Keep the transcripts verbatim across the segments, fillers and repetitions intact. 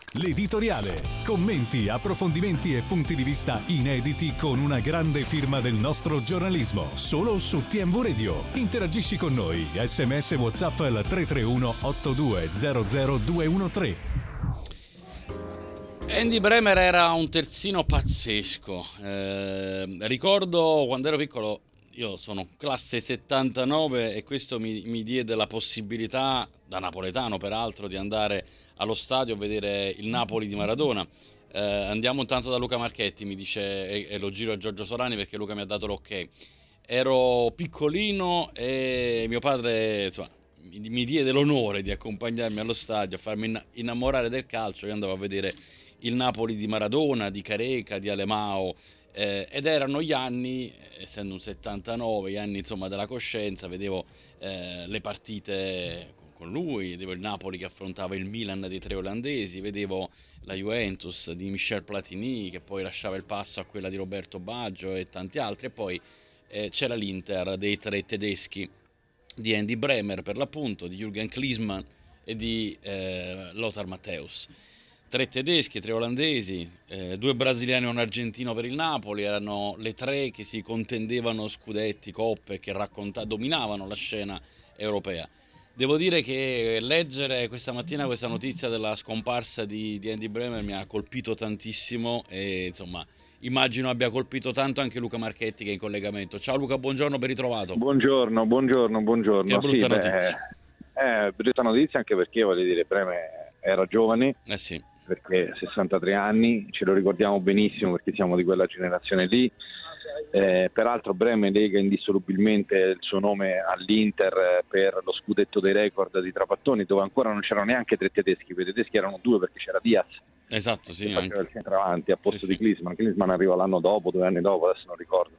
L'editoriale. Commenti, approfondimenti e punti di vista inediti con una grande firma del nostro giornalismo. Solo su T M V Radio. Interagisci con noi. Sms WhatsApp al tre tre uno otto due zero zero due uno tre. Andy Bremer era un terzino pazzesco. Eh, ricordo quando ero piccolo, io sono classe settantanove e questo mi, mi diede la possibilità, da napoletano peraltro, di andare allo stadio a vedere il Napoli di Maradona. Eh, andiamo intanto da Luca Marchetti, mi dice, e, e lo giro a Giorgio Solani perché Luca mi ha dato l'ok. Ero piccolino e mio padre, insomma, mi, mi diede l'onore di accompagnarmi allo stadio, a farmi innamorare del calcio. Io andavo a vedere il Napoli di Maradona, di Careca, di Alemao, eh, ed erano gli anni, essendo un settantanove, gli anni insomma della coscienza. Vedevo eh, le partite con lui, vedevo il Napoli che affrontava il Milan dei tre olandesi, vedevo la Juventus di Michel Platini che poi lasciava il passo a quella di Roberto Baggio e tanti altri, e poi eh, c'era l'Inter dei tre tedeschi di Andy Bremer, per l'appunto, di Jürgen Klinsmann e di eh, Lothar Matthäus. Tre tedeschi, tre olandesi, eh, due brasiliani e un argentino per il Napoli, erano le tre che si contendevano scudetti, coppe, che racconta- dominavano la scena europea. Devo dire che leggere questa mattina questa notizia della scomparsa di, di Andy Bremer mi ha colpito tantissimo e insomma immagino abbia colpito tanto anche Luca Marchetti che è in collegamento. Ciao Luca, buongiorno, ben ritrovato. Buongiorno, buongiorno, buongiorno. Che brutta sì, notizia. Beh, eh, brutta notizia anche perché, voglio dire, Bremer era giovane, eh sì. perché sessantatré anni, ce lo ricordiamo benissimo perché siamo di quella generazione lì. Eh, peraltro Bremer lega indissolubilmente il suo nome all'Inter per lo scudetto dei record di Trapattoni, dove ancora non c'erano neanche tre tedeschi, quei tedeschi erano due perché c'era Diaz, esatto, sì, che anche. faceva il centravanti a posto Sì, di sì. Klinsmann. Klinsmann arriva l'anno dopo, due anni dopo, adesso non ricordo.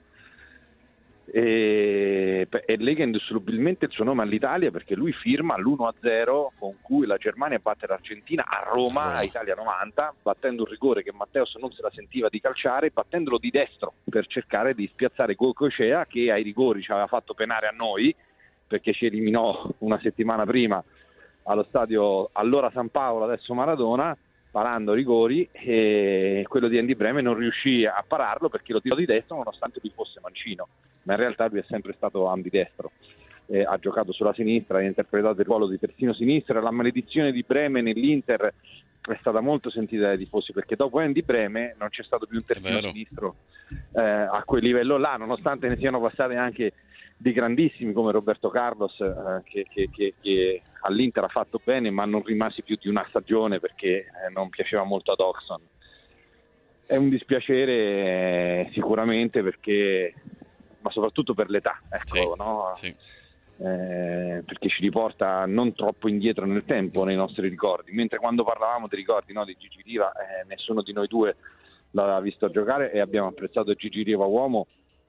E, e lega indissolubilmente il suo nome all'Italia perché lui firma l'uno a zero con cui la Germania batte l'Argentina a Roma, Roma. a Italia novanta, battendo un rigore che Matteus non se la sentiva di calciare, battendolo di destro per cercare di spiazzare Goicoechea, che ai rigori ci aveva fatto penare a noi perché ci eliminò una settimana prima allo stadio allora San Paolo, adesso Maradona, parando rigori, e quello di Andy Bremer non riuscì a pararlo perché lo tirò di destro nonostante lui fosse mancino, ma in realtà lui è sempre stato ambidestro. Eh, ha giocato sulla sinistra, ha interpretato il ruolo di terzino sinistro. La maledizione di Bremer nell'Inter è stata molto sentita dai tifosi perché dopo Andy Bremer non c'è stato più un terzino sinistro eh, a quel livello là, nonostante ne siano passate anche di grandissimi come Roberto Carlos eh, che, che, che, che all'Inter ha fatto bene, ma non rimase più di una stagione perché eh, non piaceva molto ad Oxon. È un dispiacere eh, sicuramente perché, ma soprattutto per l'età, ecco, Sì, no? sì. Eh, perché ci riporta non troppo indietro nel tempo nei nostri ricordi, mentre quando parlavamo di ricordi, no, di Gigi Riva, eh, nessuno di noi due l'aveva visto giocare e abbiamo apprezzato Gigi Riva uomo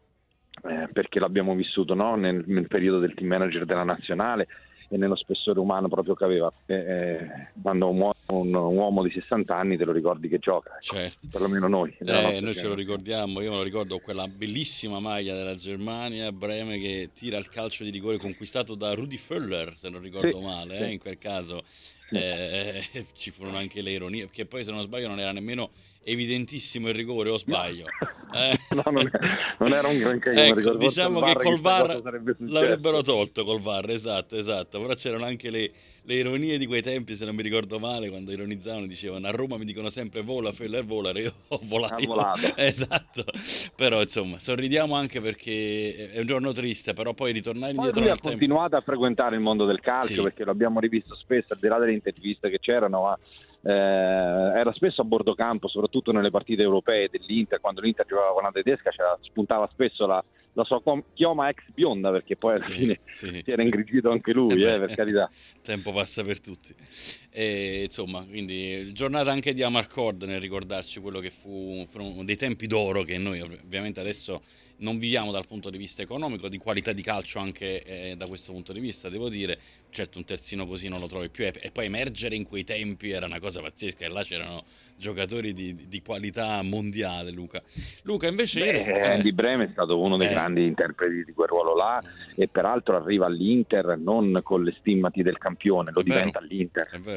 eh, perché l'abbiamo vissuto, no? nel, nel periodo del team manager della nazionale e nello spessore umano proprio che aveva. Eh, quando un uomo, un uomo di sessanta anni te lo ricordi che gioca, ecco, Certo. perlomeno noi. Eh, noi ce lo ricordiamo, io me lo ricordo quella bellissima maglia della Germania, Bremer che tira il calcio di rigore conquistato da Rudi Völler, se non ricordo Sì, male, sì. eh, in quel caso eh, ci furono anche le ironie, perché poi se non sbaglio non era nemmeno evidentissimo il rigore, o sbaglio? Eh. No, non, è, non era un granché come Ecco, ricordo. diciamo che col V A R V l'avrebbero tolto col V A R, esatto, esatto, però c'erano anche le, le ironie di quei tempi, se non mi ricordo male, quando ironizzavano dicevano a Roma mi dicono sempre vola, Feller vola, io ho volato, Ha volato. esatto, però insomma sorridiamo anche perché è un giorno triste, però poi ritornare Poi indietro lui nel ha tempo. continuato a frequentare il mondo del calcio, Sì. perché l'abbiamo rivisto spesso, al di là delle interviste che c'erano, ma eh, era spesso a bordo campo, soprattutto nelle partite europee dell'Inter, quando l'Inter giocava con la tedesca, c'era, spuntava spesso la, la sua com- chioma ex bionda, perché poi alla Sì, fine sì. si era ingrigito anche lui, Eh beh, eh, per carità. tempo passa per tutti. E, insomma, quindi giornata anche di Amarcord nel ricordarci quello che fu, furono dei tempi d'oro che noi ovviamente adesso non viviamo dal punto di vista economico, di qualità di calcio anche eh, da questo punto di vista, devo dire. Certo un terzino così non lo trovi più e, e poi emergere in quei tempi era una cosa pazzesca e là c'erano giocatori di, di qualità mondiale. Luca Luca invece Beh, ieri, eh, Andy Bremer è stato uno dei eh. grandi interpreti di quel ruolo là, e peraltro arriva all'Inter non con le stimmati del campione, lo È vero, diventa all'Inter, è vero.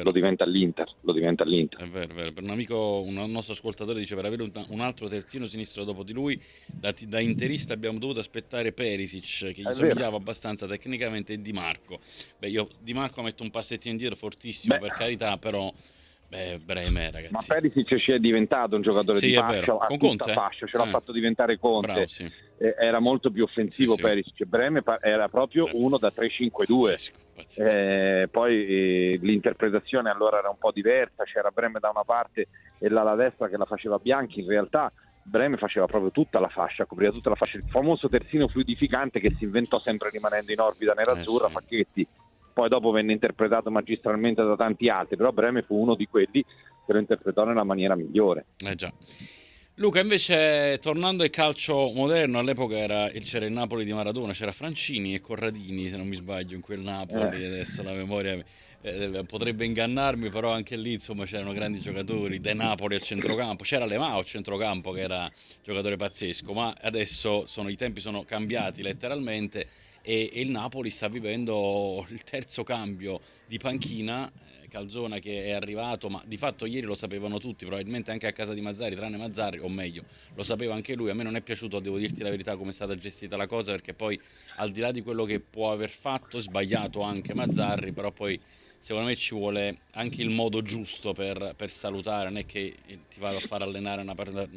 lo diventa all'Inter, lo diventa all'Inter. È vero, è vero. Per un amico, un nostro ascoltatore dice, per avere un, un altro terzino sinistro dopo di lui, da, da interista abbiamo dovuto aspettare Perisic, che gli È somigliava vero. abbastanza tecnicamente, e Di Marco. Beh, io Di Marco metto un passettino indietro fortissimo, Beh. per carità, però beh, Breme, ragazzi. Ma Perisic ci è diventato un giocatore Sì, di è fascia, vero. a Con tutta Conte? fascia, ce l'ha Eh. fatto diventare Conte. Bravo, sì. Eh, era molto più offensivo Sì, sì. Perisic. Breme pa- era proprio Breme. uno da tre cinque due. Pazzesco, pazzesco. Eh, poi eh, l'interpretazione allora era un po' diversa, c'era Breme da una parte e l'ala destra che la faceva Bianchi. In realtà Breme faceva proprio tutta la fascia, copriva tutta la fascia, il famoso terzino fluidificante che si inventò sempre rimanendo in orbita nerazzurra, Eh, sì. Facchetti. Poi dopo venne interpretato magistralmente da tanti altri, però Breme fu uno di quelli che lo interpretò nella maniera migliore. Eh già. Luca, invece, tornando al calcio moderno, all'epoca era, c'era il Napoli di Maradona, c'era Francini e Corradini, se non mi sbaglio, in quel Napoli. Eh. Adesso la memoria eh, potrebbe ingannarmi, però anche lì, insomma, c'erano grandi giocatori. De Napoli al centrocampo, c'era Lemao al centrocampo che era giocatore pazzesco, ma adesso sono, i tempi sono cambiati letteralmente e, e il Napoli sta vivendo il terzo cambio di panchina. Calzona che è arrivato, ma di fatto ieri lo sapevano tutti, probabilmente anche a casa di Mazzarri, tranne Mazzarri, o meglio, lo sapeva anche lui. A me non è piaciuto, devo dirti la verità, come è stata gestita la cosa, perché poi al di là di quello che può aver fatto, sbagliato anche Mazzarri, però poi secondo me ci vuole anche il modo giusto per, per salutare, non è che ti vado a far allenare una partita,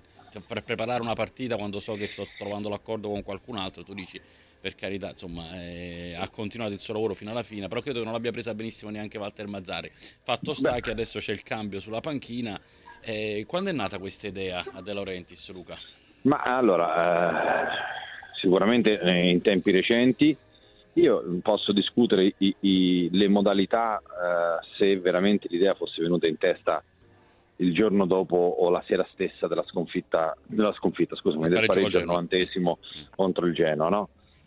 per preparare una partita quando so che sto trovando l'accordo con qualcun altro, tu dici per carità, insomma, eh, ha continuato il suo lavoro fino alla fine, però credo che non l'abbia presa benissimo neanche Walter Mazzarri. Fatto sta Beh. che adesso c'è il cambio sulla panchina. Eh, quando è nata questa idea a De Laurentiis, Luca? Ma allora, eh, sicuramente eh, in tempi recenti io posso discutere i, i, le modalità eh, se veramente l'idea fosse venuta in testa il giorno dopo o la sera stessa della sconfitta, della sconfitta scusami, del pareggio al novantesimo contro il Genoa, no?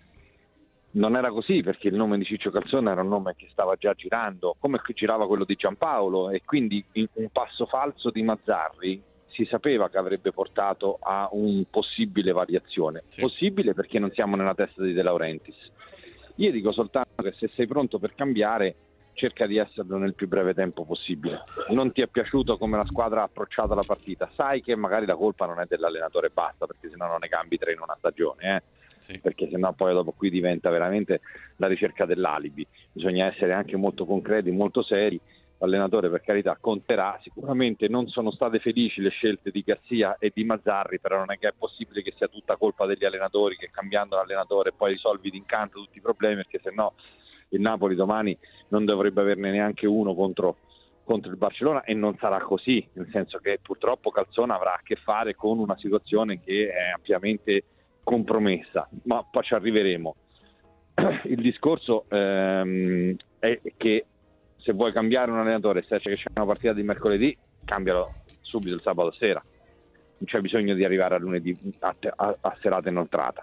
Non era così, perché il nome di Ciccio Calzona era un nome che stava già girando, come girava quello di Giampaolo, e quindi un passo falso di Mazzarri si sapeva che avrebbe portato a un possibile variazione. Sì. Possibile perché non siamo nella testa di De Laurentiis. Io dico soltanto che se sei pronto per cambiare, cerca di esserlo nel più breve tempo possibile. Non ti è piaciuto come la squadra ha approcciato la partita, sai che magari la colpa non è dell'allenatore e basta, perché sennò non ne cambi tre in una stagione, eh? Sì. Perché sennò poi dopo qui diventa veramente la ricerca dell'alibi. Bisogna essere anche molto concreti, molto seri. L'allenatore, per carità, conterà. Sicuramente non sono state felici le scelte di Garzia e di Mazzarri, però non è che è possibile che sia tutta colpa degli allenatori, che cambiando l'allenatore poi risolvi d'incanto tutti i problemi, perché sennò il Napoli domani non dovrebbe averne neanche uno contro, contro il Barcellona, e non sarà così, nel senso che purtroppo Calzona avrà a che fare con una situazione che è ampiamente compromessa, ma poi ci arriveremo. Il discorso ehm, è che se vuoi cambiare un allenatore, se c'è una partita di mercoledì, cambialo subito il sabato sera, non c'è bisogno di arrivare a lunedì a, a, a serata inoltrata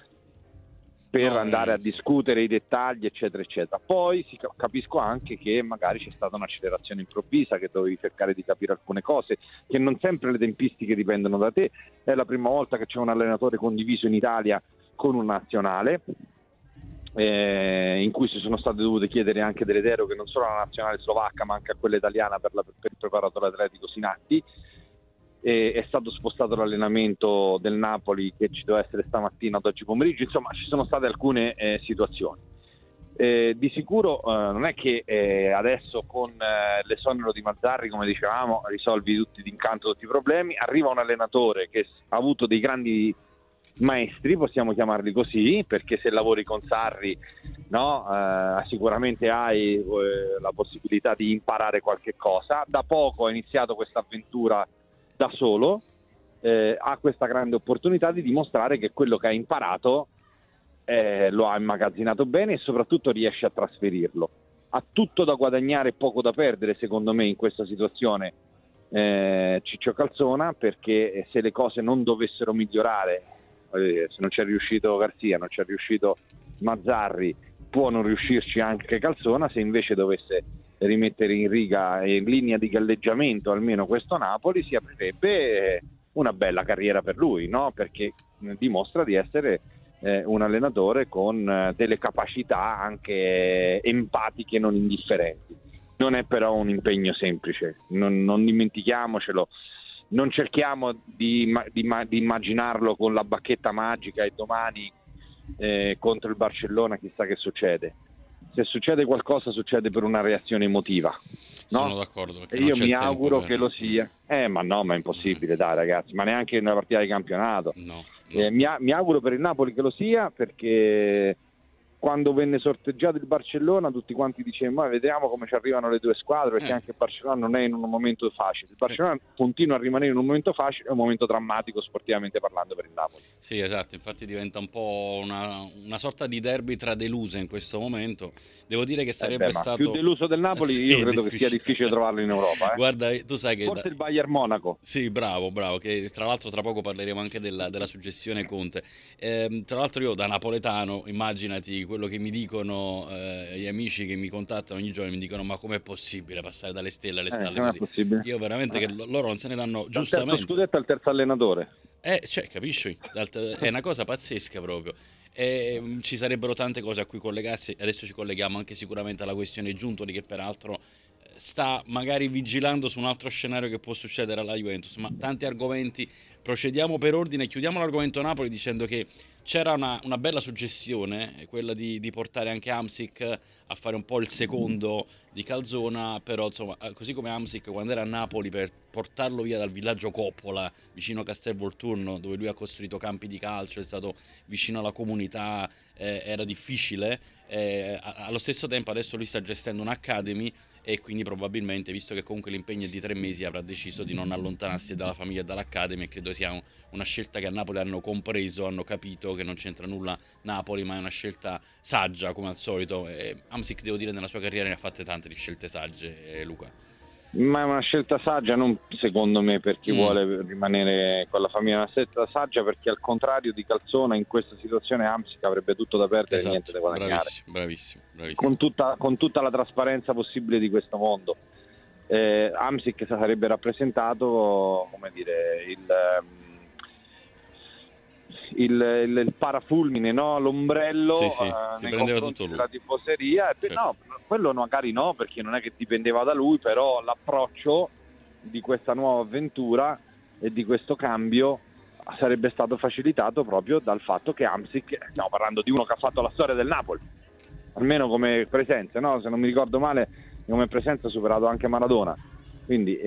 per no, andare a discutere i dettagli eccetera eccetera. Poi sì, capisco anche che magari c'è stata un'accelerazione improvvisa, che dovevi cercare di capire alcune cose, che non sempre le tempistiche dipendono da te. È la prima volta che c'è un allenatore condiviso in Italia con un nazionale, eh, in cui si sono state dovute chiedere anche delle deroghe non solo alla nazionale slovacca ma anche a quella italiana per, la, per il preparatore atletico Sinatti. E è stato spostato l'allenamento del Napoli, che ci doveva essere stamattina ad oggi pomeriggio. Insomma, ci sono state alcune eh, situazioni. Eh, di sicuro eh, non è che eh, adesso con eh, l'esonero di Mazzarri, come dicevamo, risolvi tutti d'incanto tutti i problemi. Arriva un allenatore che ha avuto dei grandi maestri, possiamo chiamarli così, perché se lavori con Sarri, no, eh, sicuramente hai eh, la possibilità di imparare qualche cosa. Da poco ha iniziato questa avventura da solo, eh, ha questa grande opportunità di dimostrare che quello che ha imparato eh, lo ha immagazzinato bene e soprattutto riesce a trasferirlo. Ha tutto da guadagnare e poco da perdere, secondo me, in questa situazione eh, Ciccio Calzona, perché se le cose non dovessero migliorare, eh, se non c'è riuscito Garzia, non c'è riuscito Mazzarri, può non riuscirci anche Calzona. Se invece dovesse rimettere in riga e in linea di galleggiamento almeno questo Napoli, si aprirebbe una bella carriera per lui, no? Perché dimostra di essere eh, un allenatore con eh, delle capacità anche empatiche non indifferenti. non è però un impegno semplice, non, non dimentichiamocelo, non cerchiamo di, di, di immaginarlo con la bacchetta magica e domani eh, contro il Barcellona chissà che succede. Se succede qualcosa succede per una reazione emotiva, no? Sono d'accordo, e io mi auguro per... che lo sia. Eh ma no, ma è impossibile, dai ragazzi, ma neanche in una partita di campionato. No, no. Eh, mi, mi auguro per il Napoli che lo sia, perché quando venne sorteggiato il Barcellona tutti quanti dicevano ma vediamo come ci arrivano le due squadre, perché eh. anche il Barcellona non è in un momento facile, il Barcellona sì. continua a rimanere in un momento facile, è un momento drammatico sportivamente parlando per il Napoli. Sì, esatto, infatti diventa un po' una, una sorta di derby tra deluse in questo momento. Devo dire che sarebbe eh beh, stato più deluso del Napoli, sì, io credo che sia difficile trovarlo in Europa, eh. Guarda, tu sai che forse da... il Bayern Monaco. Sì, bravo, bravo, che tra l'altro tra poco parleremo anche della, della suggestione Conte. Eh, tra l'altro io da napoletano, immaginati quello che mi dicono eh, gli amici che mi contattano ogni giorno, mi dicono ma com'è possibile passare dalle stelle alle stalle eh, così? Io veramente eh. che loro non se ne danno Dal giustamente. Terzo scudetto al terzo allenatore. Eh, cioè, capisci? È una cosa pazzesca proprio. E, um, ci sarebbero tante cose a cui collegarsi. Adesso ci colleghiamo anche sicuramente alla questione Giuntoli, che peraltro sta magari vigilando su un altro scenario che può succedere alla Juventus, ma tanti argomenti. Procediamo per ordine, chiudiamo l'argomento Napoli dicendo che c'era una, una bella suggestione, quella di, di portare anche Hamsik a fare un po' il secondo di Calzona, però insomma, così come Hamsik quando era a Napoli, per portarlo via dal villaggio Coppola vicino a Castel Volturno, dove lui ha costruito campi di calcio, è stato vicino alla comunità, eh, era difficile, eh, allo stesso tempo adesso lui sta gestendo un'academy e quindi probabilmente, visto che comunque l'impegno è di tre mesi, avrà deciso di non allontanarsi dalla famiglia e dall'Academy, e credo sia un, una scelta che a Napoli hanno compreso, hanno capito che non c'entra nulla Napoli, ma è una scelta saggia come al solito. E Hamsik, devo dire, nella sua carriera ne ha fatte tante di scelte sagge, eh, Luca. Ma è una scelta saggia, non secondo me per chi mm. vuole rimanere con la famiglia, è una scelta saggia perché al contrario di Calzona in questa situazione Hamsik avrebbe tutto da perdere esatto, e niente da guadagnare. Bravissimo, bravissimo, bravissimo. Con tutta, con tutta la trasparenza possibile di questo mondo. Eh, Hamsik sarebbe rappresentato, come dire, il, il, il, il parafulmine, no? L'ombrello sì, sì, eh, si nei prendeva confronti tutto lui. della tifoseria. E certo. No, quello magari no, perché non è che dipendeva da lui, però l'approccio di questa nuova avventura e di questo cambio sarebbe stato facilitato proprio dal fatto che Hamsik, stiamo parlando di uno che ha fatto la storia del Napoli, almeno come presenza, no? Se non mi ricordo male, come presenza ha superato anche Maradona, quindi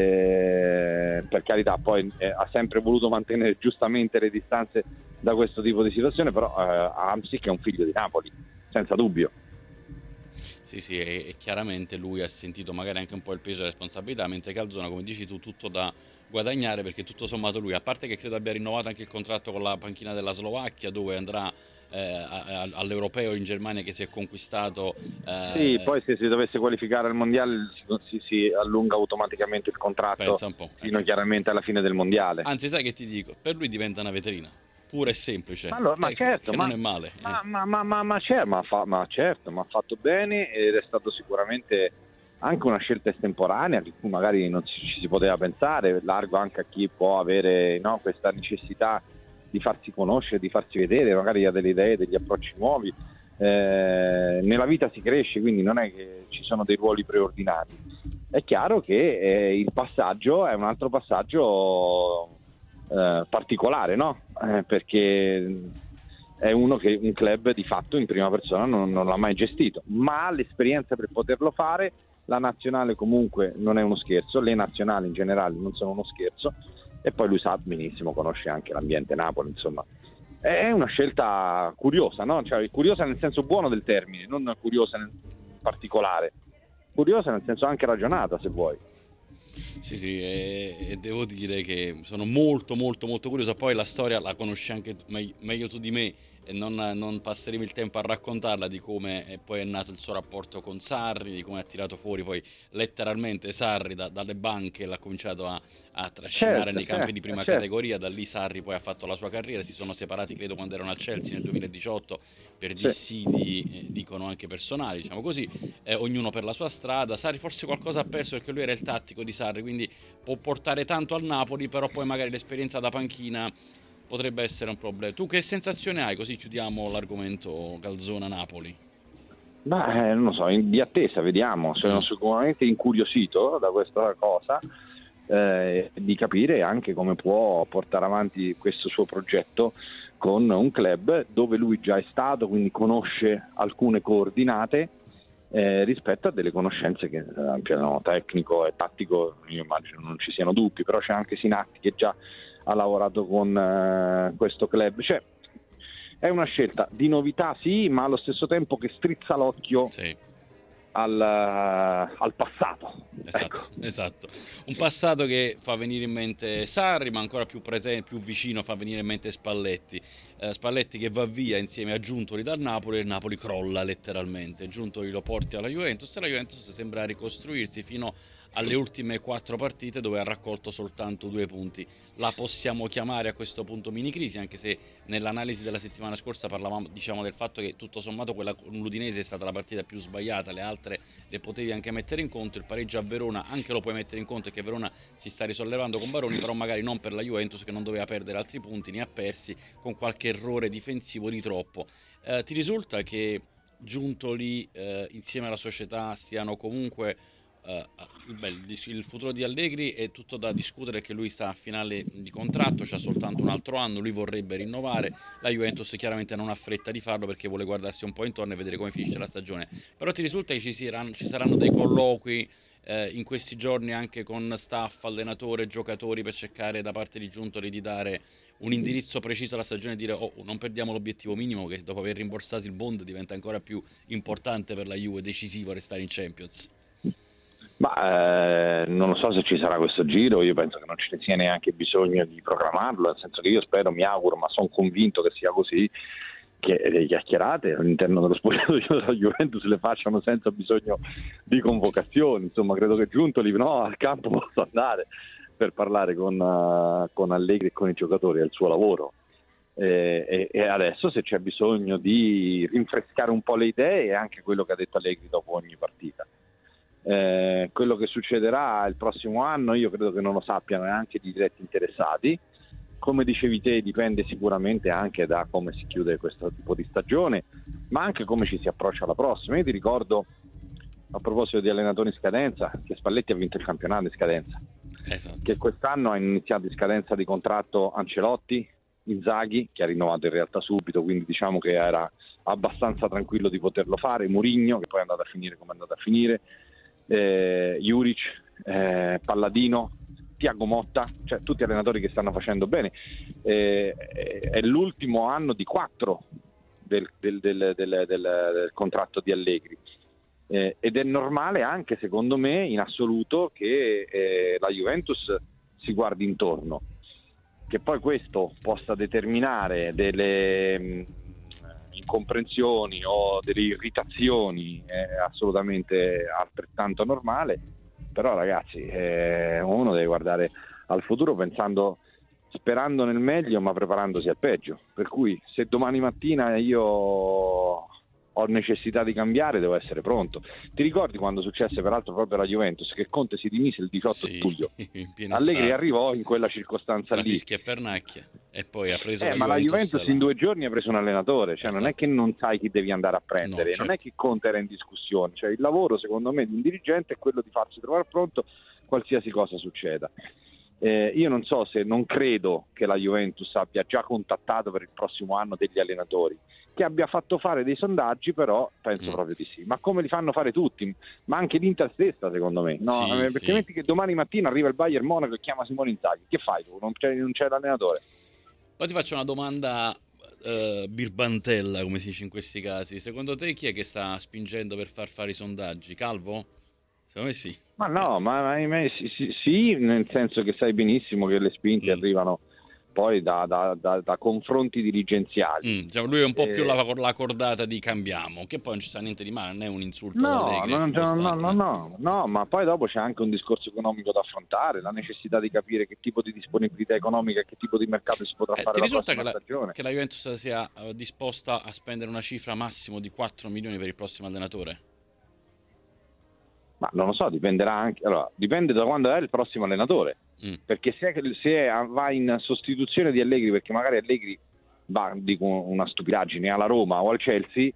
eh, per carità poi eh, ha sempre voluto mantenere giustamente le distanze da questo tipo di situazione, però eh, Hamsik è un figlio di Napoli, senza dubbio. Sì, sì, e, e chiaramente lui ha sentito magari anche un po' il peso della responsabilità, mentre Calzona, come dici tu, tutto da guadagnare, perché tutto sommato lui, a parte che credo abbia rinnovato anche il contratto con la panchina della Slovacchia, dove andrà eh, all'Europeo in Germania che si è conquistato. Eh, sì, poi se si dovesse qualificare al Mondiale si, si allunga automaticamente il contratto pensa un po', fino ecco. chiaramente alla fine del Mondiale. Anzi, sai che ti dico? Per lui diventa una vetrina. Pura e semplice, allora, ma eh, certo, che ma, non è male. Ma, eh. ma, ma, ma, ma, certo, ma, fa, ma certo, ma ha fatto bene ed è stato sicuramente anche una scelta estemporanea di cui magari non ci, ci si poteva pensare, largo anche a chi può avere, no, questa necessità di farsi conoscere, di farsi vedere, magari ha delle idee, degli approcci nuovi. Eh, nella vita si cresce, quindi non è che ci sono dei ruoli preordinati. È chiaro che eh, il passaggio è un altro passaggio Eh, particolare, no? Eh, perché è uno che un club di fatto in prima persona non, non l'ha mai gestito, ma l'esperienza per poterlo fare, la nazionale comunque non è uno scherzo, le nazionali in generale non sono uno scherzo, e poi lui sa benissimo, conosce anche l'ambiente Napoli, insomma è una scelta curiosa, no? Cioè, curiosa nel senso buono del termine, non curiosa nel particolare, curiosa nel senso anche ragionata, se vuoi. Sì, sì, e, e devo dire che sono molto molto molto curioso. Poi la storia la conosci anche me- meglio tu di me, e non, non passeremo il tempo a raccontarla, di come poi è nato il suo rapporto con Sarri, di come ha tirato fuori poi letteralmente Sarri da, dalle banche, l'ha cominciato a, a trascinare certo, nei campi certo, di prima certo. categoria. Da lì Sarri poi ha fatto la sua carriera, si sono separati credo quando erano al Chelsea nel duemiladiciotto per dissidi, eh, dicono anche personali, diciamo così, eh, ognuno per la sua strada. Sarri forse qualcosa ha perso perché lui era il tattico di Sarri, quindi può portare tanto al Napoli, però poi magari l'esperienza da panchina potrebbe essere un problema. Tu che sensazione hai? Così chiudiamo l'argomento Calzona-Napoli. Ma eh, non lo so, in, di attesa, vediamo. Sono sicuramente incuriosito da questa cosa, eh, di capire anche come può portare avanti questo suo progetto con un club dove lui già è stato, quindi conosce alcune coordinate, eh, rispetto a delle conoscenze che a piano tecnico e tattico io immagino non ci siano dubbi, però c'è anche Sinatti che già ha lavorato con eh, questo club, cioè è una scelta di novità sì, ma allo stesso tempo che strizza l'occhio Sì. al, al passato. Esatto, Ecco. esatto. Un passato che fa venire in mente Sarri, ma ancora più presente, più vicino fa venire in mente Spalletti. Eh, Spalletti che va via insieme a Giuntoli dal Napoli, e il Napoli crolla letteralmente. Giuntoli lo porti alla Juventus e la Juventus sembra ricostruirsi fino alle ultime quattro partite dove ha raccolto soltanto due punti. La possiamo chiamare a questo punto mini crisi, anche se nell'analisi della settimana scorsa parlavamo, diciamo, del fatto che tutto sommato quella con l'Udinese è stata la partita più sbagliata, le altre le potevi anche mettere in conto, il pareggio a Verona anche lo puoi mettere in conto, e che Verona si sta risollevando con Baroni, però magari non per la Juventus che non doveva perdere altri punti, ne ha persi con qualche errore difensivo di troppo. Eh, ti risulta che Giuntoli eh, insieme alla società stiano comunque Uh, beh, il futuro di Allegri è tutto da discutere, che lui sta a finale di contratto, c'ha soltanto un altro anno, lui vorrebbe rinnovare, la Juventus chiaramente non ha fretta di farlo perché vuole guardarsi un po' intorno e vedere come finisce la stagione. Però ti risulta che ci, saranno, ci saranno dei colloqui eh, in questi giorni anche con staff, allenatore, giocatori, per cercare da parte di Giuntoli di dare un indirizzo preciso alla stagione e dire oh, non perdiamo l'obiettivo minimo, che dopo aver rimborsato il bond diventa ancora più importante per la Juve, decisivo restare in Champions. Ma eh, non lo so se ci sarà questo giro, io penso che non ce ne sia neanche bisogno di programmarlo, nel senso che io spero, mi auguro, ma sono convinto che sia così, che le chiacchierate all'interno dello spogliatoio della Juventus le facciano senza bisogno di convocazioni. Insomma, credo che Giuntoli no, al campo possa andare per parlare con, uh, con Allegri e con i giocatori, è il suo lavoro. E, e, e adesso se c'è bisogno di rinfrescare un po' le idee è anche quello che ha detto Allegri dopo ogni partita. Eh, quello che succederà il prossimo anno io credo che non lo sappiano neanche i diretti interessati. Come dicevi te, dipende sicuramente anche da come si chiude questo tipo di stagione, ma anche come ci si approccia alla prossima. Io ti ricordo, a proposito di allenatori in scadenza, che Spalletti ha vinto il campionato in scadenza. Esatto. Che quest'anno ha iniziato in scadenza di contratto Ancelotti, Inzaghi, che ha rinnovato in realtà subito, quindi diciamo che era abbastanza tranquillo di poterlo fare, Mourinho, che poi è andato a finire come è andato a finire, eh, Juric, eh, Palladino, Thiago Motta, cioè tutti allenatori che stanno facendo bene. Eh, è l'ultimo anno di quattro del, del, del, del, del, del contratto di Allegri, eh, ed è normale anche secondo me in assoluto che eh, la Juventus si guardi intorno. Che poi questo possa determinare delle mh, incomprensioni o delle irritazioni è assolutamente altrettanto normale. Però ragazzi, eh, uno deve guardare al futuro pensando, sperando nel meglio ma preparandosi al peggio, per cui se domani mattina io ho necessità di cambiare devo essere pronto. Ti ricordi quando successe peraltro proprio alla Juventus che Conte si dimise il diciotto sì, luglio? Allegri estate. Arrivò in quella circostanza la lì fischia e pernacchia e poi ha preso eh, la ma Juventus la Juventus la... in due giorni ha preso un allenatore, cioè esatto. Non è che non sai chi devi andare a prendere, no, certo. Non è che Conte era in discussione, cioè il lavoro secondo me di un dirigente è quello di farsi trovare pronto qualsiasi cosa succeda. Eh, io non so se, non credo che la Juventus abbia già contattato per il prossimo anno degli allenatori, che abbia fatto fare dei sondaggi, però penso mm. proprio di sì. Ma come li fanno fare tutti? Ma anche l'Inter stessa, secondo me, no? Sì, eh, perché sì. metti che domani mattina arriva il Bayern Monaco e chiama Simone Inzaghi, che fai tu? Non c'è, non c'è l'allenatore. Poi ti faccio una domanda uh, birbantella, come si dice in questi casi. Secondo te chi è che sta spingendo per far fare i sondaggi? Calvo? Secondo me sì. Ma no, ma, ma, ma sì, sì, sì, nel senso che sai benissimo che le spinte mm. arrivano poi da, da, da, da confronti dirigenziali. Mm, cioè lui è un po' eh, più la, la cordata di cambiamo, che poi non ci sta niente di male, non è un insulto no, ad Allegri, no, no, stare, no, no, no, no, ma poi dopo c'è anche un discorso economico da affrontare, la necessità di capire che tipo di disponibilità economica e che tipo di mercato si potrà eh, fare ti la risulta prossima che la, stagione. che la Juventus sia uh, disposta a spendere una cifra massimo di quattro milioni per il prossimo allenatore? Ma non lo so, dipenderà anche, allora, dipende da quando è il prossimo allenatore, mm. perché se, se va in sostituzione di Allegri, perché magari Allegri va, dico una stupidaggine, alla Roma o al Chelsea,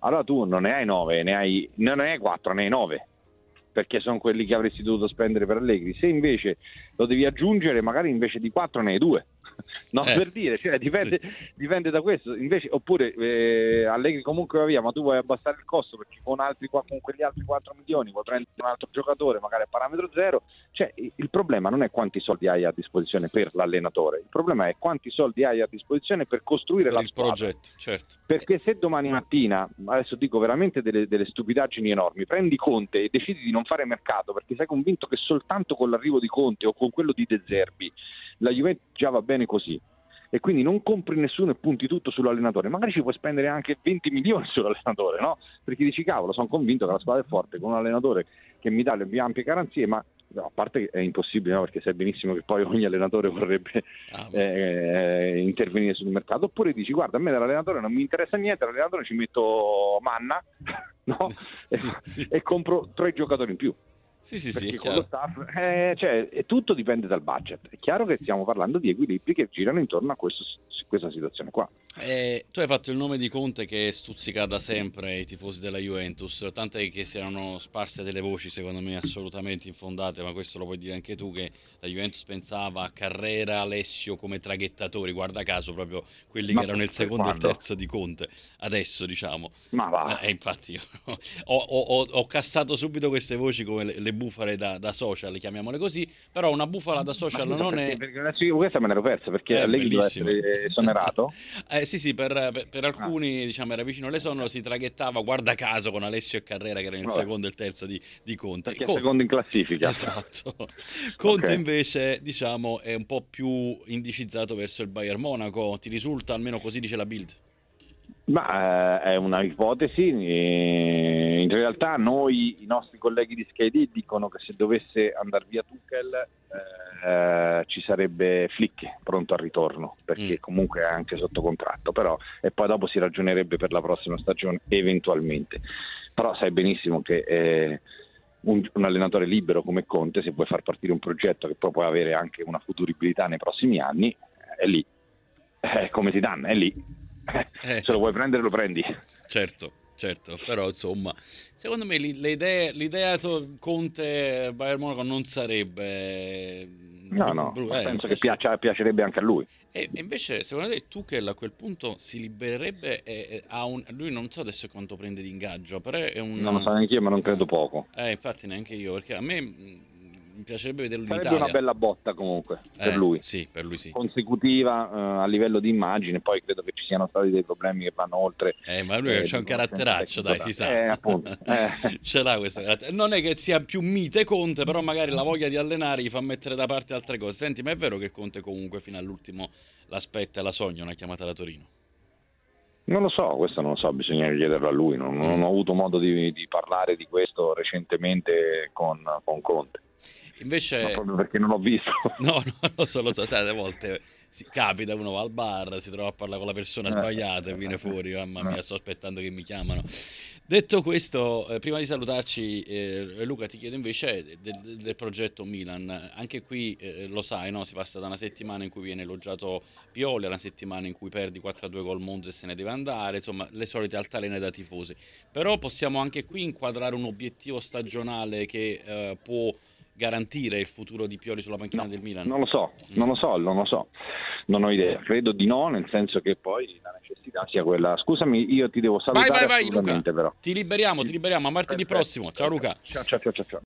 allora tu non ne hai nove, ne hai, non ne hai quattro, ne hai nove, perché sono quelli che avresti dovuto spendere per Allegri. Se invece lo devi aggiungere, magari invece di quattro ne hai due. No, Eh, per dire, cioè dipende, sì. dipende da questo. Invece, oppure eh, Allegri comunque va via, ma tu vuoi abbassare il costo perché con altri qua, con quegli altri quattro milioni vuoi prendere un altro giocatore magari a parametro zero. Cioè, il problema non è quanti soldi hai a disposizione per l'allenatore, il problema è quanti soldi hai a disposizione per costruire Per la il squadra. progetto, certo. Perché se domani mattina, adesso dico veramente delle, delle stupidaggini enormi, prendi Conte e decidi di non fare mercato perché sei convinto che soltanto con l'arrivo di Conte o con quello di De Zerbi la Juventus già va bene così, e quindi non compri nessuno e punti tutto sull'allenatore, magari ci puoi spendere anche venti milioni sull'allenatore, no? Perché dici cavolo, sono convinto che la squadra è forte con un allenatore che mi dà le più ampie garanzie, ma no, a parte che è impossibile, no? Perché sai benissimo che poi ogni allenatore vorrebbe Ah, eh, intervenire sul mercato. Oppure dici guarda, a me dall'allenatore non mi interessa niente, all'allenatore ci metto manna, no? e, sì. e compro tre giocatori in più. Sì, sì, sì, Perché è con lo chiaro. staff, eh, cioè, e tutto dipende dal budget. È chiaro che stiamo parlando di equilibri che girano intorno a questo, questa situazione qua. Eh, tu hai fatto il nome di Conte che stuzzica da sempre i tifosi della Juventus, tant'è che si erano sparse delle voci secondo me assolutamente infondate, ma questo lo puoi dire anche tu, che la Juventus pensava a Carrera, Alessio come traghettatori, guarda caso proprio quelli Ma che erano il per secondo e il quando? terzo di Conte, adesso diciamo. Ma va. E eh, infatti io ho, ho- ho- ho cassato subito queste voci come le, le bufale da, da social, chiamiamole così, però una bufala da social Ma scusa, non perché, è... perché adesso io questa me l'ero persa perché È Allegri doveva bellissimo. essere esonerato. Eh, sì, sì, per, per- per alcuni diciamo era vicino all'esonero, si traghettava, guarda caso, con Alessio e Carrera che erano il Vabbè. secondo e il terzo di, di Conte. Perché è Con- secondo in classifica. Esatto. Conte Ok. invece diciamo è un po' più indicizzato verso il Bayern Monaco, ti risulta, almeno così dice la Bild? Ma eh, è una ipotesi, eh, in realtà noi, i nostri colleghi di Sky D dicono che se dovesse andare via Tuchel eh, ci sarebbe Flick pronto al ritorno, perché Mm. comunque è anche sotto contratto, però e poi dopo si ragionerebbe per la prossima stagione eventualmente. Però sai benissimo che eh, un, un allenatore libero come Conte, se vuoi far partire un progetto che poi può avere anche una futuribilità nei prossimi anni, è lì, è come Zidane, è lì. Eh. Se lo vuoi prendere lo prendi. Certo, certo, però insomma, secondo me li- le idee- l'idea to- Conte Bayern Monaco non sarebbe No, bru- no, bru- ma eh, penso che adesso- piaccia- piacerebbe anche a lui. E e invece, secondo te, Tuchel a quel punto si libererebbe e, e ha un... Lui non so adesso quanto prende di ingaggio, però è un... Non lo so neanche io, ma non credo poco. Eh, infatti neanche io, perché a me mh, mi piacerebbe vederlo in Sarebbe Italia. una bella botta comunque per Eh, lui. Sì, per lui sì. Consecutiva eh, a livello di immagine, poi credo che ci siano stati dei problemi che vanno oltre. Eh, ma lui eh, c'ha un di caratteraccio, dai, tecnico si sa. Eh, appunto. Eh. Ce l'ha questo carattere. Non è che sia più mite Conte, però magari la voglia di allenare gli fa mettere da parte altre cose. Senti, ma è vero che Conte comunque fino all'ultimo l'aspetta e la sogna una chiamata da Torino? Non lo so, questo non lo so, bisogna chiederlo a lui. Non, non ho avuto modo di, di parlare di questo recentemente con, con Conte. Invece... Ma proprio perché non l'ho visto. No, no, lo so, lo so, tante volte si capita, uno va al bar, si trova a parlare con la persona Eh. sbagliata e viene fuori, mamma mia, Eh. sto aspettando che mi chiamano. Detto questo, eh, prima di salutarci, eh, Luca, ti chiedo invece del, del progetto Milan. Anche qui, eh, lo sai, no? Si passa da una settimana in cui viene elogiato Pioli a una settimana in cui perdi quattro a due col Monza e se ne deve andare, insomma, le solite altalene da tifosi. Però possiamo anche qui inquadrare un obiettivo stagionale che eh, può garantire il futuro di Pioli sulla panchina No, del Milan? Non lo so, non lo so, non lo so, non ho idea. Credo di no, nel senso che poi la necessità sia quella. Scusami, io ti devo Vai, salutare vai, vai, Luca. assolutamente, però. Ti liberiamo, ti liberiamo a martedì Perfetto, prossimo. Ciao, Luca. Ciao, ciao, ciao, ciao.